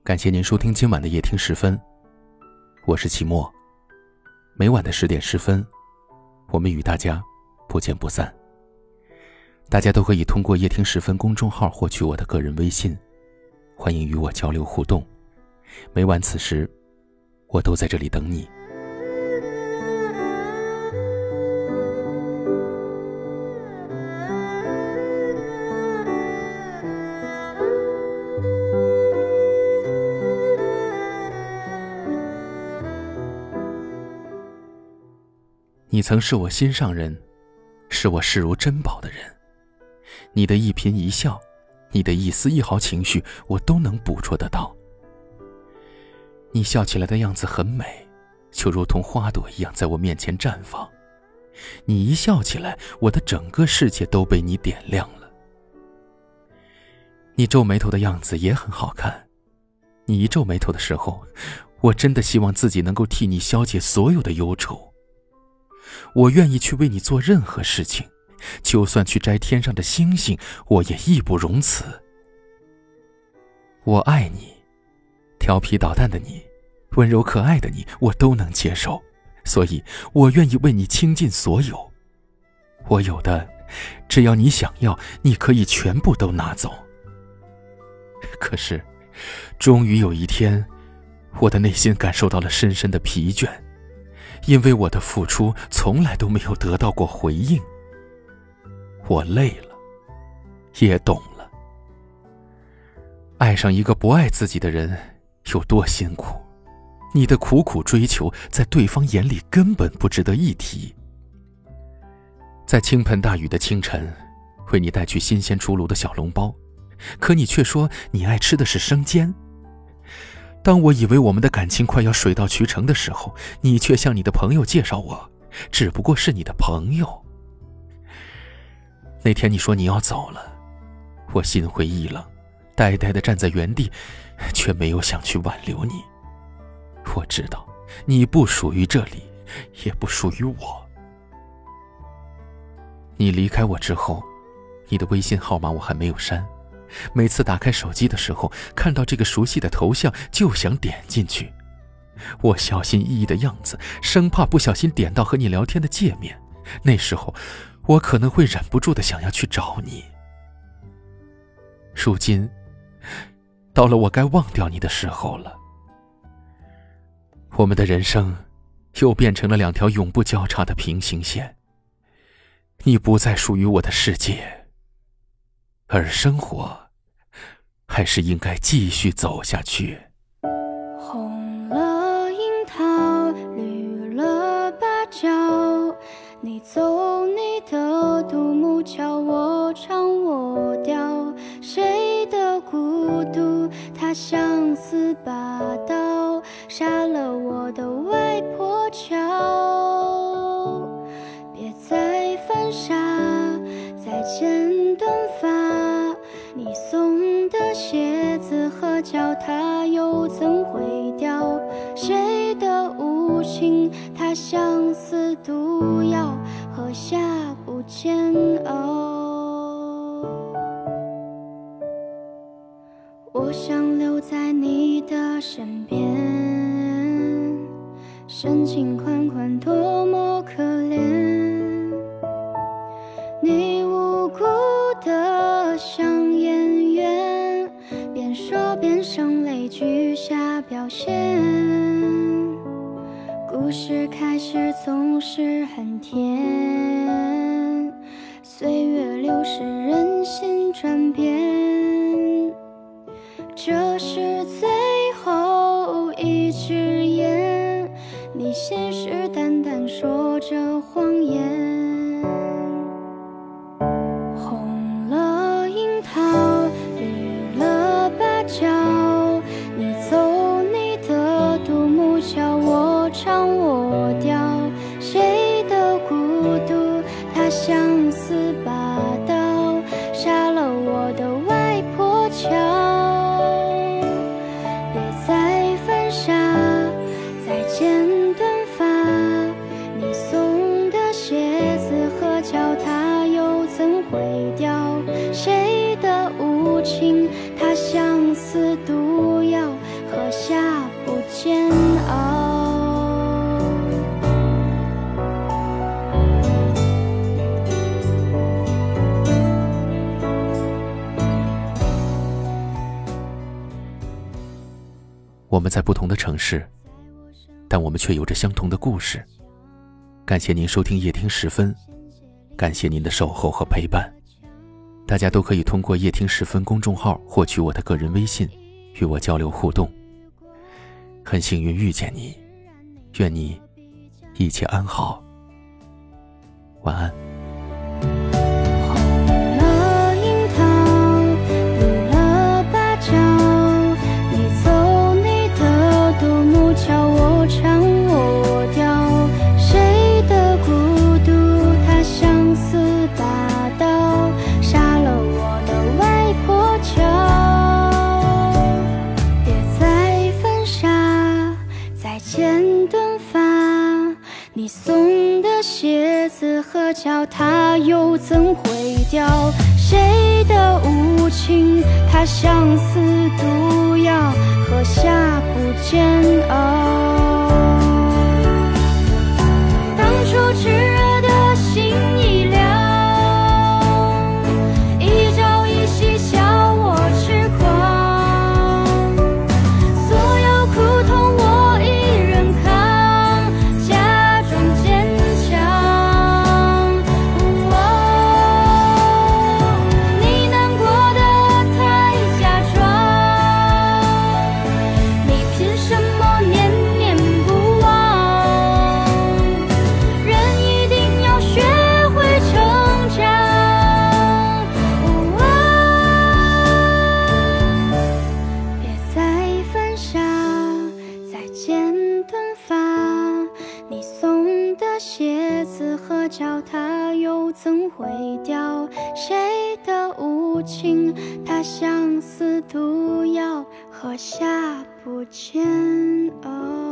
感谢您收听今晚的夜听时分，我是齐墨。每晚的10点10分，我们与大家不见不散。大家都可以通过夜听时分公众号获取我的个人微信，欢迎与我交流互动。每晚此时，我都在这里等你。你曾是我心上人，是我视如珍宝的人。你的一颦一笑，你的一丝一毫情绪，我都能捕捉得到。你笑起来的样子很美，就如同花朵一样在我面前绽放。你一笑起来，我的整个世界都被你点亮了。你皱眉头的样子也很好看，你一皱眉头的时候，我真的希望自己能够替你消解所有的忧愁。我愿意去为你做任何事情，就算去摘天上的星星，我也义不容辞。我爱你，调皮捣蛋的你，温柔可爱的你，我都能接受，所以我愿意为你倾尽所有。我有的，只要你想要，你可以全部都拿走。可是，终于有一天，我的内心感受到了深深的疲倦。因为我的付出从来都没有得到过回应，我累了，也懂了。爱上一个不爱自己的人有多辛苦，你的苦苦追求在对方眼里根本不值得一提。在倾盆大雨的清晨，为你带去新鲜出炉的小笼包，可你却说你爱吃的是生煎。当我以为我们的感情快要水到渠成的时候，你却向你的朋友介绍我，只不过是你的朋友。那天你说你要走了，我心灰意冷，呆呆地站在原地，却没有想去挽留你。我知道你不属于这里，也不属于我。你离开我之后，你的微信号码我还没有删，每次打开手机的时候，看到这个熟悉的头像就想点进去。我小心翼翼的样子，生怕不小心点到和你聊天的界面，那时候我可能会忍不住的想要去找你。如今到了我该忘掉你的时候了。我们的人生又变成了2条永不交叉的平行线，你不再属于我的世界，而生活还是应该继续走下去。 红了樱桃，绿了芭蕉，你走你的独木桥，我唱我调。谁的孤独，它像似把刀，杀了我的外婆桥。别再犯傻，再剪短发，你送的鞋子和脚踏又怎会掉？谁的无情，它相似毒药，喝下不煎熬。我想留在你的身边，深情款款多么可怜。你无辜的像演员，边说边声泪俱下表现。故事开始总是很甜，岁月流逝人心转变，这是最后一支烟，你信誓旦旦说着谎言。红了樱桃，绿了芭蕉，你走你的独木桥，我唱我调。谁的孤独，它相似把刀，杀了我的外婆桥。别再犯傻，再剪短发，你送的鞋子和脚踏又怎会掉？谁的无情，它相似毒药， 们在不同的城市，但我们却有着相同的故事。感谢您收听夜听时分，感谢您的守候和陪伴。大家都可以通过夜听时分公众号获取我的个人微信，与我交流互动。很幸运遇见你，愿你一切安好，晚安。 你送的鞋子和脚踏又怎会掉？谁的无情，它像似毒药，喝下不煎熬。当初炽热的心已凉，一朝一夕笑我痴狂，所有苦痛我一人扛，假装坚强。你难过的太假装，你凭什么念念不忘？人一定要学会成长。别再犯傻，再剪短发。你送的鞋子和脚踏又怎会掉？谁的无情，它像似毒药，喝下不煎熬。